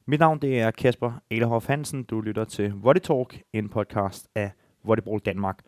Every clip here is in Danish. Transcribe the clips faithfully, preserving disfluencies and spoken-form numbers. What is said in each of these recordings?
Mit navn det er Kasper Ehlehoff Hansen. Du lytter til Volley Talk, en podcast af Volleyball Danmark.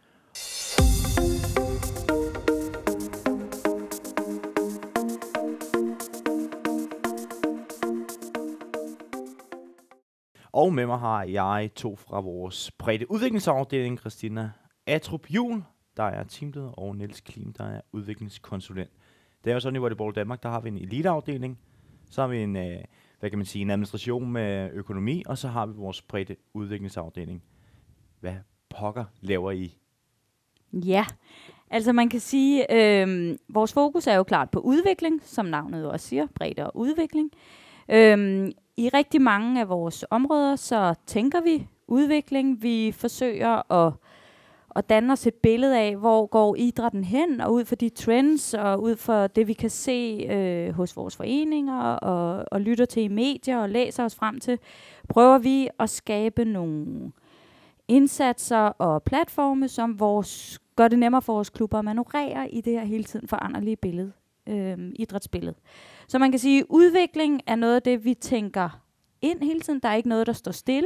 Og med mig har jeg to fra vores bredde udviklingsafdeling, Christina Atrup Juhl, der er teamleder, og Niels Klim, der er udviklingskonsulent. Det er jo sådan i Volleyball Danmark, der har vi en eliteafdeling, så har vi en, øh, hvad kan man sige, en administration med økonomi, og så har vi vores bredde udviklingsafdeling. Hvad pokker laver I? Ja, altså man kan sige, øh, vores fokus er jo klart på udvikling, som navnet jo også siger, bredde og udvikling. Øh, I rigtig mange af vores områder, så tænker vi udvikling. Vi forsøger at, at danne os et billede af, hvor går idrætten hen, og ud for de trends, og ud for det, vi kan se øh, hos vores foreninger, og, og lytter til i medier, og læser os frem til, prøver vi at skabe nogle indsatser og platforme, som vores, gør det nemmere for vores klubber at manøvrere i det her hele tiden foranderlige billede, øh, idrætsbillede. Så man kan sige, at udvikling er noget af det, vi tænker ind hele tiden. Der er ikke noget, der står stille.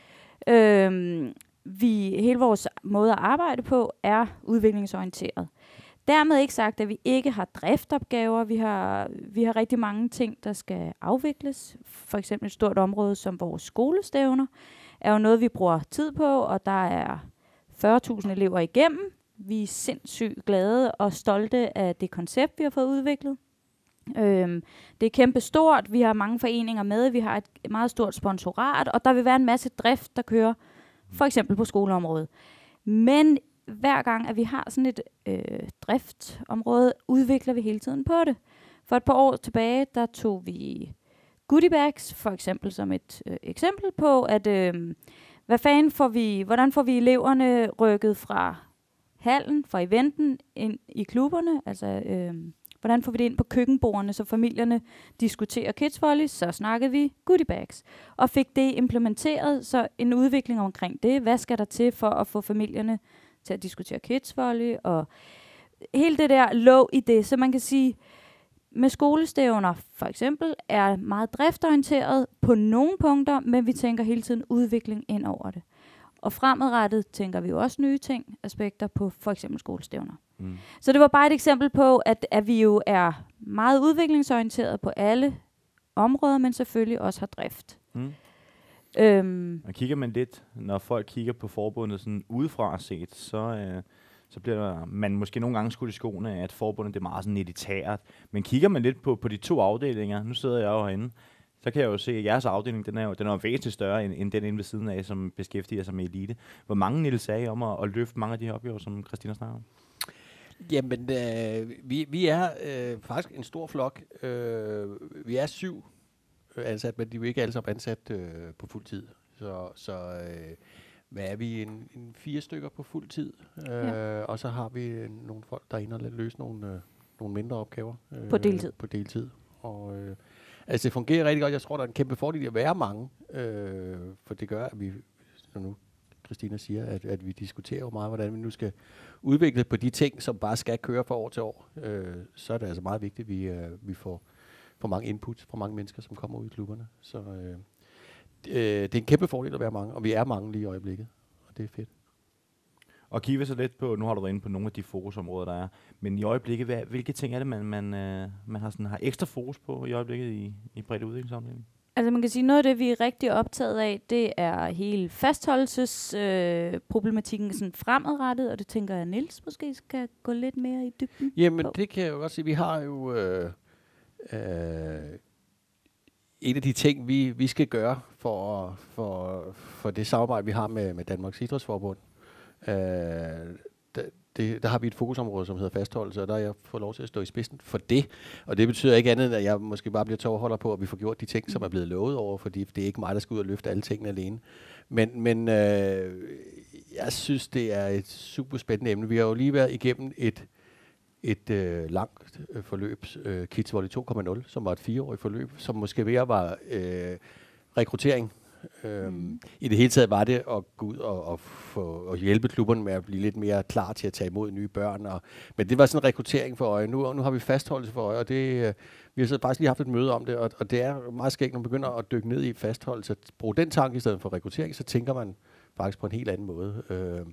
Øh, vi, hele vores måde at arbejde på er udviklingsorienteret. Dermed ikke sagt, at vi ikke har driftopgaver. Vi har, vi har rigtig mange ting, der skal afvikles. For eksempel et stort område som vores skolestævner er jo noget, vi bruger tid på, og der er fyrre tusind elever igennem. Vi er sindssygt glade og stolte af det koncept, vi har fået udviklet. Øhm, det er kæmpe stort. Vi har mange foreninger med. Vi har et meget stort sponsorat, og der vil være en masse drift, der kører for eksempel på skoleområdet. Men hver gang, at vi har sådan et øh, driftområde, udvikler vi hele tiden på det. For et par år tilbage, der tog vi goodiebags, for eksempel som et øh, eksempel på, at øh, hvad fanden får vi, hvordan får vi eleverne rykket fra hallen, fra eventen ind i klubberne, altså øh, hvordan får vi det ind på køkkenbordene, så familierne diskuterer kidsvolley, så snakkede vi goodiebags, og fik det implementeret, så en udvikling omkring det, hvad skal der til for at få familierne til at diskutere kidsvolley, og hele det der lå i det, så man kan sige, med skolestævner for eksempel er meget driftorienteret på nogle punkter, men vi tænker hele tiden udvikling ind over det. Og fremadrettet tænker vi jo også nye ting, aspekter på for eksempel skolestævner. Mm. Så det var bare et eksempel på, at, at vi jo er meget udviklingsorienteret på alle områder, men selvfølgelig også har drift. Mm. Øhm. Og kigger man lidt, når folk kigger på forbundet sådan udefra set, så... Øh så bliver man måske nogle gange skudt i skoene, at forbundet det er meget sådan elitært. Men kigger man lidt på, på de to afdelinger, nu sidder jeg jo herinde, så kan jeg jo se, at jeres afdeling, den er jo, den er jo væsentligt større end, end den inde ved siden af, som beskæftiger sig med elite. Hvor mange, Niels, er I om at, at løfte mange af de her opgaver, som Christina snakker om? Jamen, øh, vi, vi er øh, faktisk en stor flok. Øh, vi er syv ansat, men de er jo ikke alle sammen ansat øh, på fuld tid. Så... så øh, hvad er vi, en, en fire stykker på fuld tid, øh, ja. Og så har vi øh, nogle folk, der er inde og løse nogle, øh, nogle mindre opgaver. Øh, på deltid. På deltid. Og, øh, altså det fungerer rigtig godt. Jeg tror, der er en kæmpe fordel i at være mange, øh, for det gør, at vi, som nu Christina siger, at, at vi diskuterer jo meget, hvordan vi nu skal udvikle på de ting, som bare skal køre fra år til år. Øh, så er det altså meget vigtigt, at vi, øh, vi får, får mange input fra mange mennesker, som kommer ud i klubberne. Så... Øh, det er en kæmpe fordel at være mange, og vi er mange lige i øjeblikket, og det er fedt. Og kigge så lidt på, nu har du været inde på nogle af de fokusområder, der er, men i øjeblikket, hvad, hvilke ting er det, man, man, øh, man har, sådan, har ekstra fokus på i øjeblikket i, i bredde udviklingsafdelingen? Altså man kan sige, noget af det, vi er rigtig optaget af, det er hele fastholdelsesproblematikken øh, sådan fremadrettet, og det tænker jeg, Niels måske skal gå lidt mere i dybden. Jamen på. Det kan jeg jo godt sige. Vi har jo... Øh, øh, En af de ting, vi, vi skal gøre for, for, for det samarbejde, vi har med, med Danmarks Idrætsforbund, øh, der, det, der har vi et fokusområde, som hedder fastholdelse, og der har jeg fået lov til at stå i spidsen for det. Og det betyder ikke andet, end at jeg måske bare bliver tovholder på, at vi får gjort de ting, som er blevet lovet over, fordi det er ikke mig, der skal ud og løfte alle tingene alene. Men, men øh, jeg synes, det er et super spændende emne. Vi har jo lige været igennem et et øh, langt øh, forløb, øh, Kids Volley to punkt nul, som var et fireårigt forløb, som måske mere var øh, rekruttering Øhm, Mm. I det hele taget var det at gå ud og, og, få, og hjælpe klubberne med at blive lidt mere klar til at tage imod nye børn. Og, men det var sådan en rekruttering for øje. Nu, nu har vi fastholdelse for øje, og det, øh, vi har så faktisk lige haft et møde om det, og, og det er meget skægt, når man begynder at dykke ned i fastholdelse, at bruge den tanke i stedet for rekruttering, så tænker man faktisk på en helt anden måde. Øhm,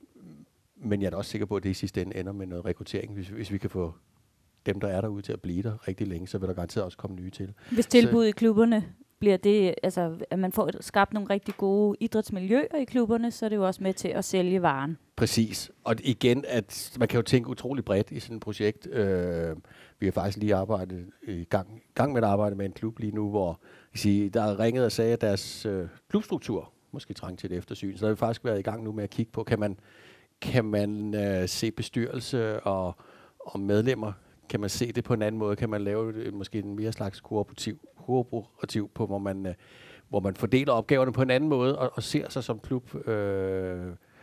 men jeg er da også sikker på, at det i sidste ende ender med noget rekruttering, hvis, hvis vi kan få dem, der er derude til at blive der rigtig længe, så vil der garanteret også komme nye til. Hvis tilbuddet i klubberne bliver det, altså at man får skabt nogle rigtig gode idrætsmiljøer i klubberne, så er det jo også med til at sælge varen. Præcis. Og igen, at man kan jo tænke utrolig bredt i sådan et projekt. Øh, vi har faktisk lige arbejdet i gang, gang med at arbejde med en klub lige nu, hvor jeg siger, der er ringet og sagde, at deres øh, klubstruktur måske trængte til et eftersyn. Så der har vi faktisk været i gang nu med at kigge på, kan man, kan man øh, se bestyrelse og, og medlemmer, kan man se det på en anden måde? Kan man lave et, måske en mere slags kooperativ, kooperativ på, hvor man, øh, hvor man fordeler opgaverne på en anden måde og, og ser sig som klub øh,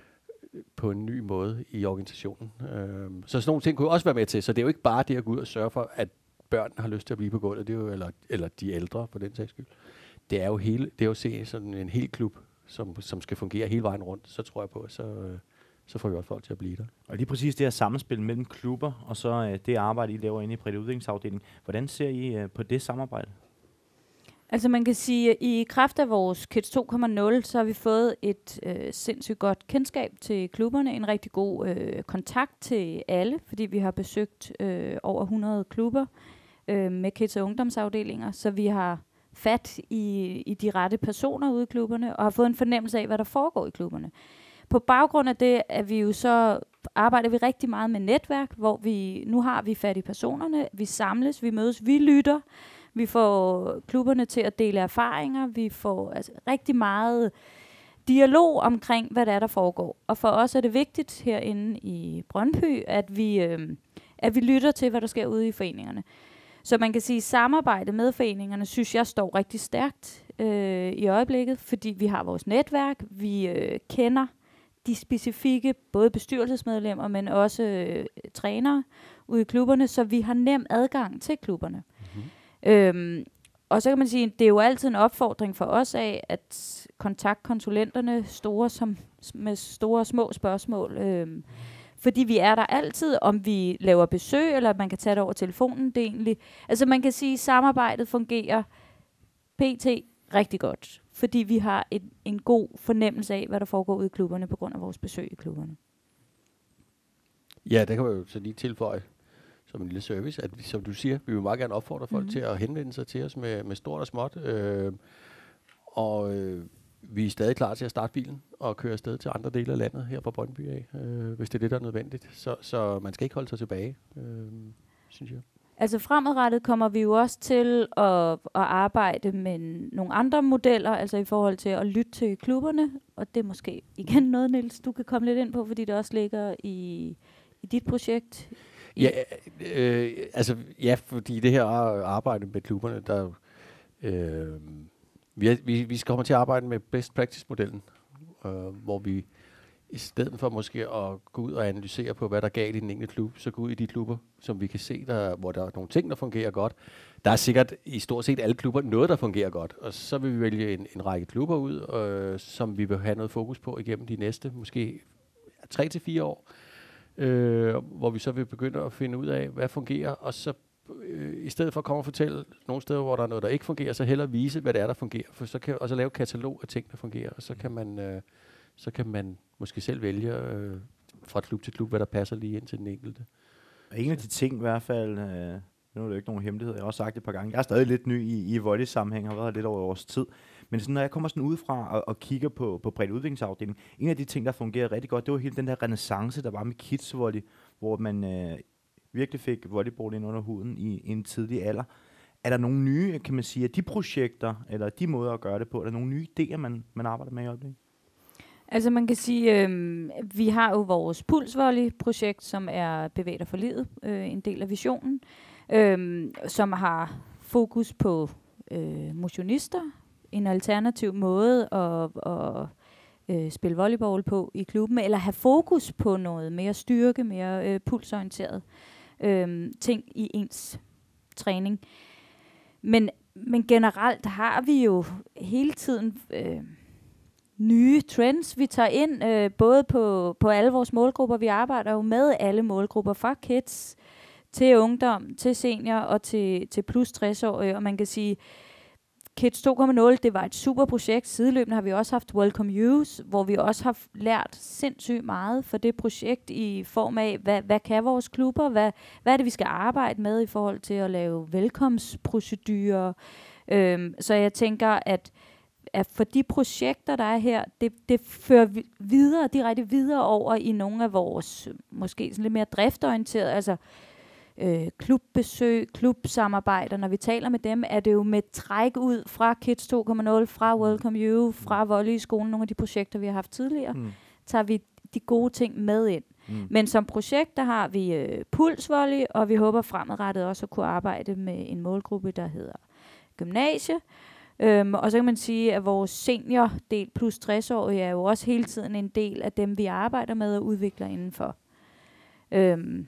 på en ny måde i organisationen. Øh, så sådan nogle ting kunne også være med til. Så det er jo ikke bare det at gå ud og sørge for, at børnene har lyst til at blive på gulvet, det er jo, eller, eller de ældre på den sags skyld. Det er jo hele, det er jo at se sådan en hel klub, som, som skal fungere hele vejen rundt. Så tror jeg på, så... Øh, så får vi også folk til at blive der. Og lige præcis det her samspil mellem klubber, og så øh, det arbejde, I laver inde i Bredt Udviklingsafdelingen. Hvordan ser I øh, på det samarbejde? Altså man kan sige, at i kraft af vores Kids to punkt nul, så har vi fået et øh, sindssygt godt kendskab til klubberne, en rigtig god øh, kontakt til alle, fordi vi har besøgt øh, over hundrede klubber øh, med kids- og ungdomsafdelinger, så vi har fat i, i de rette personer ude i klubberne, og har fået en fornemmelse af, hvad der foregår i klubberne. På baggrund af det, at vi jo så arbejder vi rigtig meget med netværk, hvor vi nu har vi fat i personerne, vi samles, vi mødes, vi lytter, vi får klubberne til at dele erfaringer, vi får altså, rigtig meget dialog omkring, hvad der er, der foregår. Og for os er det vigtigt herinde i Brøndby, at vi, øh, at vi lytter til, hvad der sker ude i foreningerne. Så man kan sige, at samarbejdet med foreningerne, synes jeg, står rigtig stærkt øh, i øjeblikket, fordi vi har vores netværk, vi øh, kender de specifikke, både bestyrelsesmedlemmer, men også øh, trænere ude i klubberne, så vi har nem adgang til klubberne. Mm-hmm. Øhm, og så kan man sige, at det er jo altid en opfordring for os af, at kontaktkonsulenterne store som, med store og små spørgsmål, øhm, fordi vi er der altid, om vi laver besøg, eller man kan tage det over telefonen, det egentlig. Altså man kan sige, at samarbejdet fungerer pt. Rigtig godt, fordi vi har et, en god fornemmelse af, hvad der foregår ude i klubberne på grund af vores besøg i klubberne. Ja, det kan man jo så lige tilføje som en lille service, at vi, som du siger, vi vil meget gerne opfordre folk mm-hmm. til at henvende sig til os med, med stort og småt, øh, og øh, vi er stadig klar til at starte bilen og køre afsted til andre dele af landet her fra Brøndby af, øh, hvis det er det, der er nødvendigt. Så, så man skal ikke holde sig tilbage, øh, synes jeg. Altså fremadrettet kommer vi jo også til at, at arbejde med nogle andre modeller, altså i forhold til at lytte til klubberne, og det er måske igen noget, Niels, du kan komme lidt ind på, fordi det også ligger i, i dit projekt. Ja, øh, altså ja, fordi det her arbejde med klubberne, der øh, vi, er, vi, vi skal komme til at arbejde med best practice-modellen, øh, hvor vi i stedet for måske at gå ud og analysere på, hvad der er galt i den enkelte klub, så gå ud i de klubber, som vi kan se, der, hvor der er nogle ting, der fungerer godt. Der er sikkert i stort set alle klubber noget, der fungerer godt. Og så vil vi vælge en, en række klubber ud, øh, som vi vil have noget fokus på igennem de næste, måske tre til fire år. Øh, hvor vi så vil begynde at finde ud af, hvad fungerer, og så øh, i stedet for at komme og fortælle nogle steder, hvor der er noget, der ikke fungerer, så hellere vise, hvad det er, der fungerer. For så kan, og så lave et katalog af ting, der fungerer, og så kan man... Øh, så kan man måske selv vælge øh, fra klub til klub, hvad der passer lige ind til den enkelte. En af de ting i hvert fald, øh, nu er det jo ikke nogen hemmelighed, jeg har også sagt det et par gange, jeg er stadig lidt ny i, i volley-sammenhæng, har været her lidt over års tid, men sådan, når jeg kommer sådan udefra og, og kigger på, på Bredt Udviklingsafdelingen, en af de ting, der fungerer rigtig godt, det var hele den der renaissance, der var med kids volley, hvor man øh, virkelig fik volleyball ind under huden i, i en tidlig alder. Er der nogle nye, kan man sige, af de projekter, eller de måder at gøre det på, er der nogle nye idéer, man, man arbejder med i øjeblikket? Altså man kan sige, øh, vi har jo vores pulsvolley-projekt, som er Bevæg dig for livet, øh, en del af visionen, øh, som har fokus på øh, motionister, en alternativ måde at, at øh, spille volleyball på i klubben, eller have fokus på noget mere styrke, mere øh, pulsorienteret øh, ting i ens træning. Men men generelt har vi jo hele tiden øh, nye trends, vi tager ind, øh, både på, på alle vores målgrupper. Vi arbejder jo med alle målgrupper, fra kids til ungdom, til senior og til, til plus tres-årige. Og man kan sige, Kids to punkt nul, det var et super projekt. Sideløbende har vi også haft Welcome Youth, hvor vi også har lært sindssygt meget for det projekt i form af, hvad, hvad kan vores klubber, hvad, hvad er det, vi skal arbejde med i forhold til at lave velkomstprocedurer. Øhm, så jeg tænker, at, at for de projekter, der er her, det, det fører vi videre, direkte videre over i nogle af vores, måske sådan lidt mere driftorienterede, altså Øh, klubbesøg, klubsamarbejder. Når vi taler med dem, er det jo med træk ud fra Kids to punkt nul, fra Welcome You, fra Volley i skolen, nogle af de projekter, vi har haft tidligere, mm. tager vi de gode ting med ind. Mm. Men som projekt, der har vi øh, pulsvolley, og vi håber fremadrettet også at kunne arbejde med en målgruppe, der hedder gymnasie. Øhm, og så kan man sige, at vores seniordel plus tres-årige er jo også hele tiden en del af dem, vi arbejder med og udvikler indenfor. Øhm,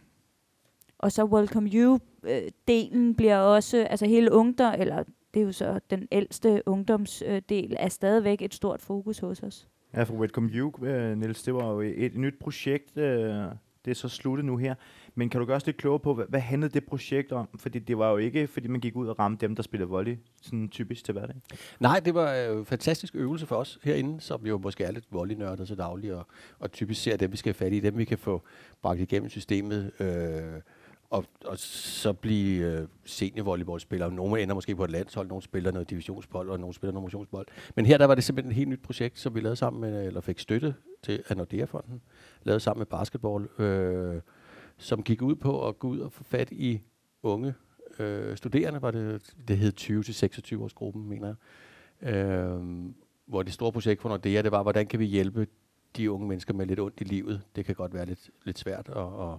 Og så Welcome You-delen bliver også, altså hele ungdom, eller det er jo så den ældste ungdomsdel, er stadigvæk et stort fokus hos os. Ja, for Welcome You, uh, Niels, det var jo et, et nyt projekt, uh, det er så sluttet nu her. Men kan du gøre os lidt klogere på, hvad, hvad handlede det projekt om? Fordi det var jo ikke, fordi man gik ud og ramte dem, der spiller volley, sådan typisk til hverdag. Nej, det var jo en fantastisk øvelse for os herinde, som jo måske er lidt volleynørder til daglig, og, og typisk ser dem, vi skal have fat i, dem vi kan få bragt igennem systemet, øh, Og, og så blive øh, seniorvolleyballspillere. Nogle ender måske på et landshold, nogle spiller noget divisionsbold, og nogle spiller noget motionsbold. Men her der var det simpelthen et helt nyt projekt, som vi lavede sammen med, eller fik støtte til af Nordea-fonden, lavede sammen med basketball, øh, som gik ud på at gå ud og få fat i unge øh, studerende, var det, det hed tyve til seksogtyve års gruppen, mener jeg. Øh, hvor det store projekt for Nordea, det var, hvordan kan vi hjælpe de unge mennesker med lidt ondt i livet. Det kan godt være lidt, lidt svært at, og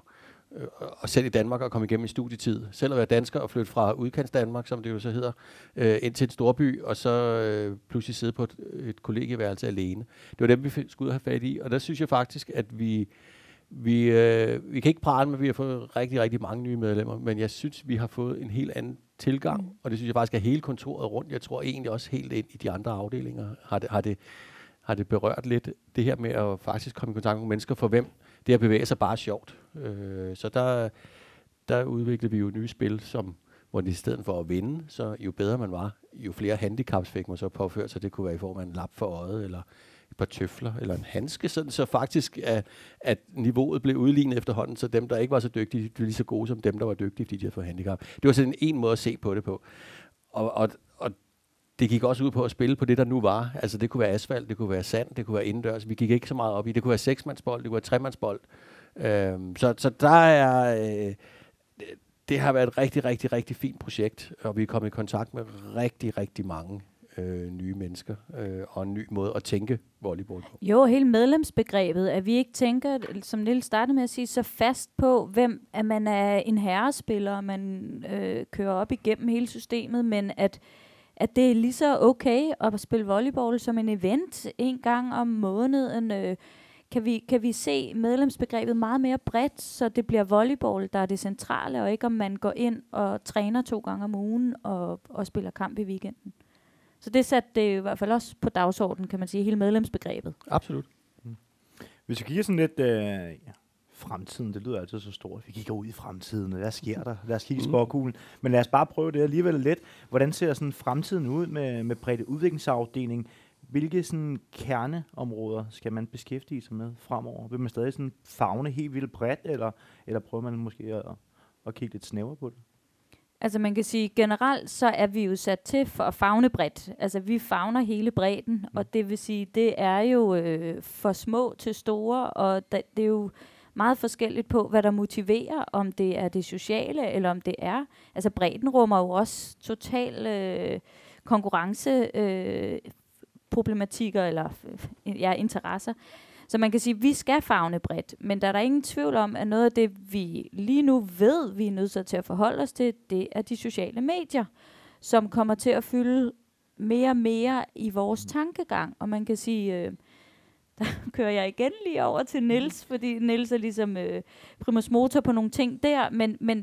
og selv i Danmark at komme igennem i studietid. Selv at være dansker og flytte fra udkants Danmark, som det jo så hedder, øh, ind til en storby, og så øh, pludselig sidde på et, et kollegieværelse alene. Det var dem, vi skulle ud og have fat i, og der synes jeg faktisk, at vi, vi, øh, vi kan ikke prale med, at vi har fået rigtig, rigtig mange nye medlemmer, men jeg synes, vi har fået en helt anden tilgang, mm. og det synes jeg faktisk er hele kontoret rundt. Jeg tror egentlig også helt ind i de andre afdelinger har det, har det, har det berørt lidt, det her med at faktisk komme i kontakt med mennesker, for hvem det at bevæge sig bare er sjovt. Øh, så der, der udviklede vi jo nye spil, som, hvor det i stedet for at vinde, så jo bedre man var, jo flere handicaps fik man så påført, så det kunne være i form af en lap for øjet, eller et par tøfler, eller en handske, sådan så faktisk, at, at niveauet blev udlignet efterhånden, så dem, der ikke var så dygtige, blev lige så gode som dem, der var dygtige, fordi de havde fået handicap. Det var sådan en, en måde at se på det på. Og, og, og det gik også ud på at spille på det, der nu var. Altså det kunne være asfalt, det kunne være sand, det kunne være indendørs. Vi gik ikke så meget op i. Det kunne være seksmandsbold, det kunne være tremandsbold. Øhm, så, så der er... Øh, det har været et rigtig, rigtig, rigtig fint projekt, og vi er kommet i kontakt med rigtig, rigtig mange øh, nye mennesker, øh, og en ny måde at tænke volleyball på. Jo, hele medlemsbegrebet, at vi ikke tænker, som Niels startede med at sige, så fast på, hvem at man er en herrespiller, man øh, kører op igennem hele systemet, men at at det er lige så okay at spille volleyball som en event en gang om måneden. Øh, kan, vi, kan vi se medlemsbegrebet meget mere bredt, så det bliver volleyball, der er det centrale, og ikke om man går ind og træner to gange om ugen og, og spiller kamp i weekenden. Så det satte det i hvert fald også på dagsordenen, kan man sige, hele medlemsbegrebet. Absolut. Mm. Hvis vi kigger sådan lidt... Øh, ja. Fremtiden, det lyder altid så stort. Vi kigger ud i fremtiden, og hvad sker der? Lad os kigge i spåkuglen. Men lad os bare prøve det alligevel lidt. Hvordan ser sådan fremtiden ud med, med bredde udviklingsafdeling? Hvilke sådan kerneområder skal man beskæftige sig med fremover? Vil man stadig sådan favne helt vildt bredt, eller, eller prøver man måske at, at kigge lidt snævere på det? Altså man kan sige, generelt så er vi jo sat til for at favne bredt. Altså vi favner hele bredden, mm. og det vil sige, det er jo øh, for små til store, og da, det er jo meget forskelligt på, hvad der motiverer, om det er det sociale, eller om det er. Altså bredden rummer jo også total øh, konkurrence, øh, problematikker, eller øh, ja, interesser. Så man kan sige, at vi skal favne bredt, men der er der ingen tvivl om, at noget af det, vi lige nu ved, vi er nødt til at forholde os til, det er de sociale medier, som kommer til at fylde mere og mere i vores tankegang. Og man kan sige... Øh, der kører jeg igen lige over til Niels, fordi Niels er ligesom øh, primus motor på nogle ting der, men, men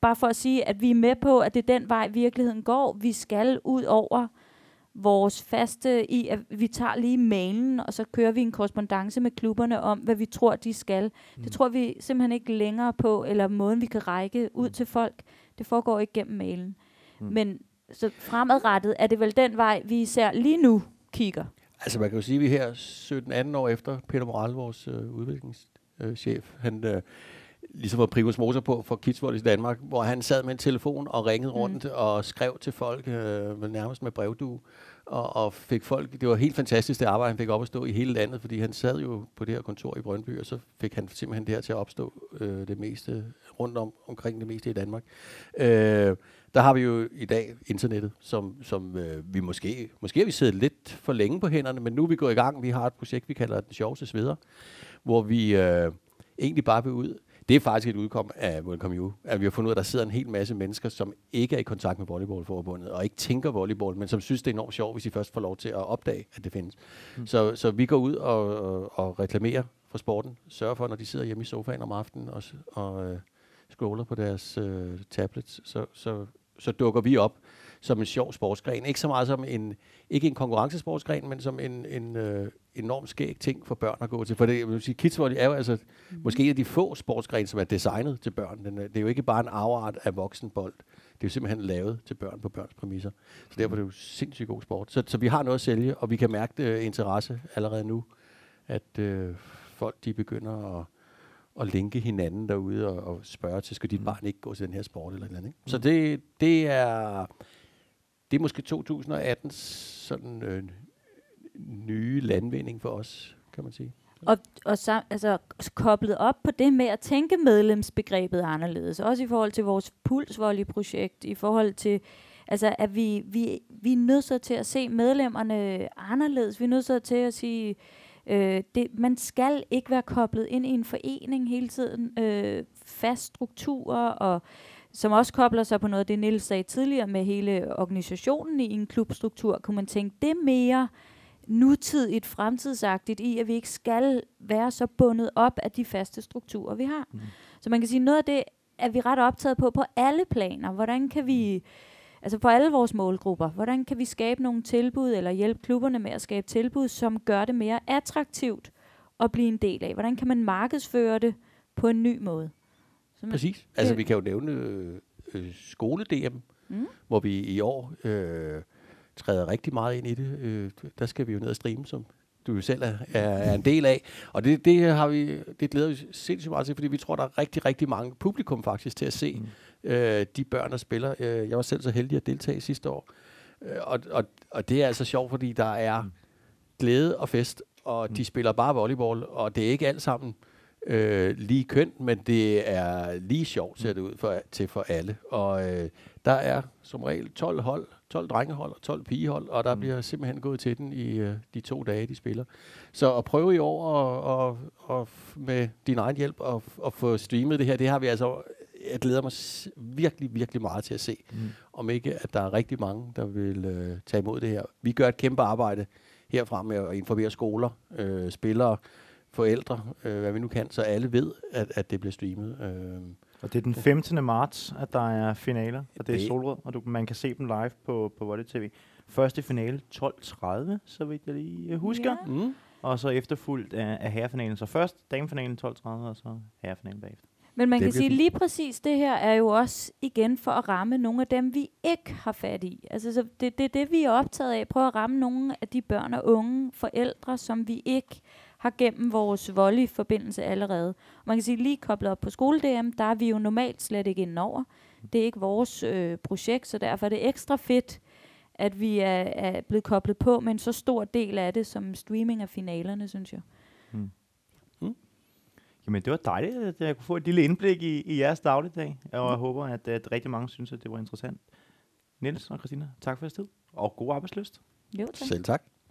bare for at sige, at vi er med på, at det er den vej, virkeligheden går. Vi skal ud over vores faste i, at vi tager lige mailen, og så kører vi en korrespondance med klubberne om, hvad vi tror, de skal. Mm. Det tror vi simpelthen ikke længere på, eller måden, vi kan række ud til folk. Det foregår ikke gennem mailen. Mm. Men så fremadrettet er det vel den vej, vi især lige nu kigger. Altså man kan jo sige, at vi her sytten atten år efter Peter Moral, vores øh, udviklingschef, han øh, ligesom var primus motor på for Kidsvold i Danmark, hvor han sad med en telefon og ringede mm. rundt og skrev til folk, øh, nærmest med brevdue, og, og fik folk, det var helt fantastisk det arbejde, han fik op at stå i hele landet, fordi han sad jo på det her kontor i Brøndby, og så fik han simpelthen det her til at opstå øh, det meste, rundt om, omkring det meste i Danmark. Øh, der har vi jo i dag internettet, som, som øh, vi måske, måske har vi siddet lidt for længe på hænderne, men nu er vi gået i gang. Vi har et projekt, vi kalder Den Sjoveste Sveder, hvor vi øh, egentlig bare vil ud. Det er faktisk et udkom af Welcome You, at vi har fundet ud af, at der sidder en hel masse mennesker, som ikke er i kontakt med volleyballforbundet, og ikke tænker volleyball, men som synes, det er enormt sjovt, hvis de først får lov til at opdage, at det findes. Mm. Så, så vi går ud og, og, og reklamerer for sporten, sørger for, når de sidder hjemme i sofaen om aftenen og, og øh, scroller på deres øh, tablets, så, så, så dukker vi op som en sjov sportsgren. Ikke så meget som en, ikke en konkurrencesportsgren, men som en, en øh, enormt skæg ting for børn at gå til. For det, jeg vil sige, kidsvolley er jo altså mm. måske en af de få sportsgrene, som er designet til børn. Den er, det er jo ikke bare en afart af voksenbold. Det er jo simpelthen lavet til børn på børns præmisser. Så derfor er det jo sindssygt god sport. Så, så vi har noget at sælge, og vi kan mærke det, interesse allerede nu, at øh, folk de begynder at og linke hinanden derude og, og spørge til, skal dit mm. barn ikke gå til den her sport eller noget, ikke? Mm. Så det, det er det er måske to tusind og atten sådan øh, nye landvinding for os, kan man sige. Og, og så, altså, koblet op på det med at tænke medlemsbegrebet anderledes, også i forhold til vores pulsvolley-projekt, i forhold til, altså, at vi, vi, vi er nødt til at se medlemmerne anderledes. Vi er nødt til at sige, øh, det, man skal ikke være koblet ind i en forening hele tiden, øh, fast strukturer, og som også kobler sig på noget af det, Niels sagde tidligere med hele organisationen i en klubstruktur, kunne man tænke, det er mere nutidigt, fremtidsagtigt i, at vi ikke skal være så bundet op af de faste strukturer, vi har. Mm. Så man kan sige, noget af det er vi ret optaget på, på alle planer. Hvordan kan vi, altså på alle vores målgrupper, hvordan kan vi skabe nogle tilbud, eller hjælpe klubberne med at skabe tilbud, som gør det mere attraktivt at blive en del af? Hvordan kan man markedsføre det på en ny måde? Så præcis. Altså vi kan jo nævne øh, skole-D M, mm. hvor vi i år øh, træder rigtig meget ind i det. Øh, der skal vi jo ned og streame, som du selv er, er en del af. Og det, det har vi, det glæder vi sindssygt meget til, fordi vi tror, der er rigtig, rigtig mange publikum faktisk til at se mm. øh, de børn, der spiller. Øh, jeg var selv så heldig at deltage sidste år. Øh, og, og, og det er altså sjovt, fordi der er mm. glæde og fest, og mm. de spiller bare volleyball, og det er ikke alt sammen Øh, lige kønt, men det er lige sjovt, ser det ud for, til for alle. Og øh, der er som regel tolv hold, tolv drengehold og tolv pigehold, og der mm. bliver simpelthen gået til den i øh, de to dage, de spiller. Så at prøve i år og, og, og med din egen hjælp at, at få streamet det her, det har vi altså, jeg glæder mig virkelig, virkelig meget til at se. Mm. Om ikke, at der er rigtig mange, der vil øh, tage imod det her. Vi gør et kæmpe arbejde herfra med at informere skoler, øh, spillere, forældre, øh, hvad vi nu kan, så alle ved, at, at det bliver streamet. Øh. Og det er den femtende marts, at der er finaler, og det er Solrød, og du, man kan se dem live på, på Volley T V. Første finale tolv tredive, så vidt jeg lige husker. Ja. Mm. Og så efterfulgt af, af herrefinalen. Så først damefinalen tolv tredive, og så herrefinalen bagefter. Men man det kan sige, fint. Lige præcis det her er jo også igen for at ramme nogle af dem, vi ikke har fat i. Altså så det er det, det, vi er optaget af. Prøv at ramme nogle af de børn og unge forældre, som vi ikke har gennem vores volley-forbindelse allerede. Og man kan sige, lige koblet op på skole-D M, der er vi jo normalt slet ikke indover. Det er ikke vores øh, projekt, så derfor er det ekstra fedt, at vi er, er blevet koblet på med en så stor del af det, som streaming af finalerne, synes jeg. Hmm. Hmm. Jamen, det var dejligt, at jeg kunne få et lille indblik i, i jeres dagligdag, og jeg håber, at, at rigtig mange synes, at det var interessant. Niels og Christina, tak for jeres tid, og god arbejdslyst. Jo, tak. Selv tak.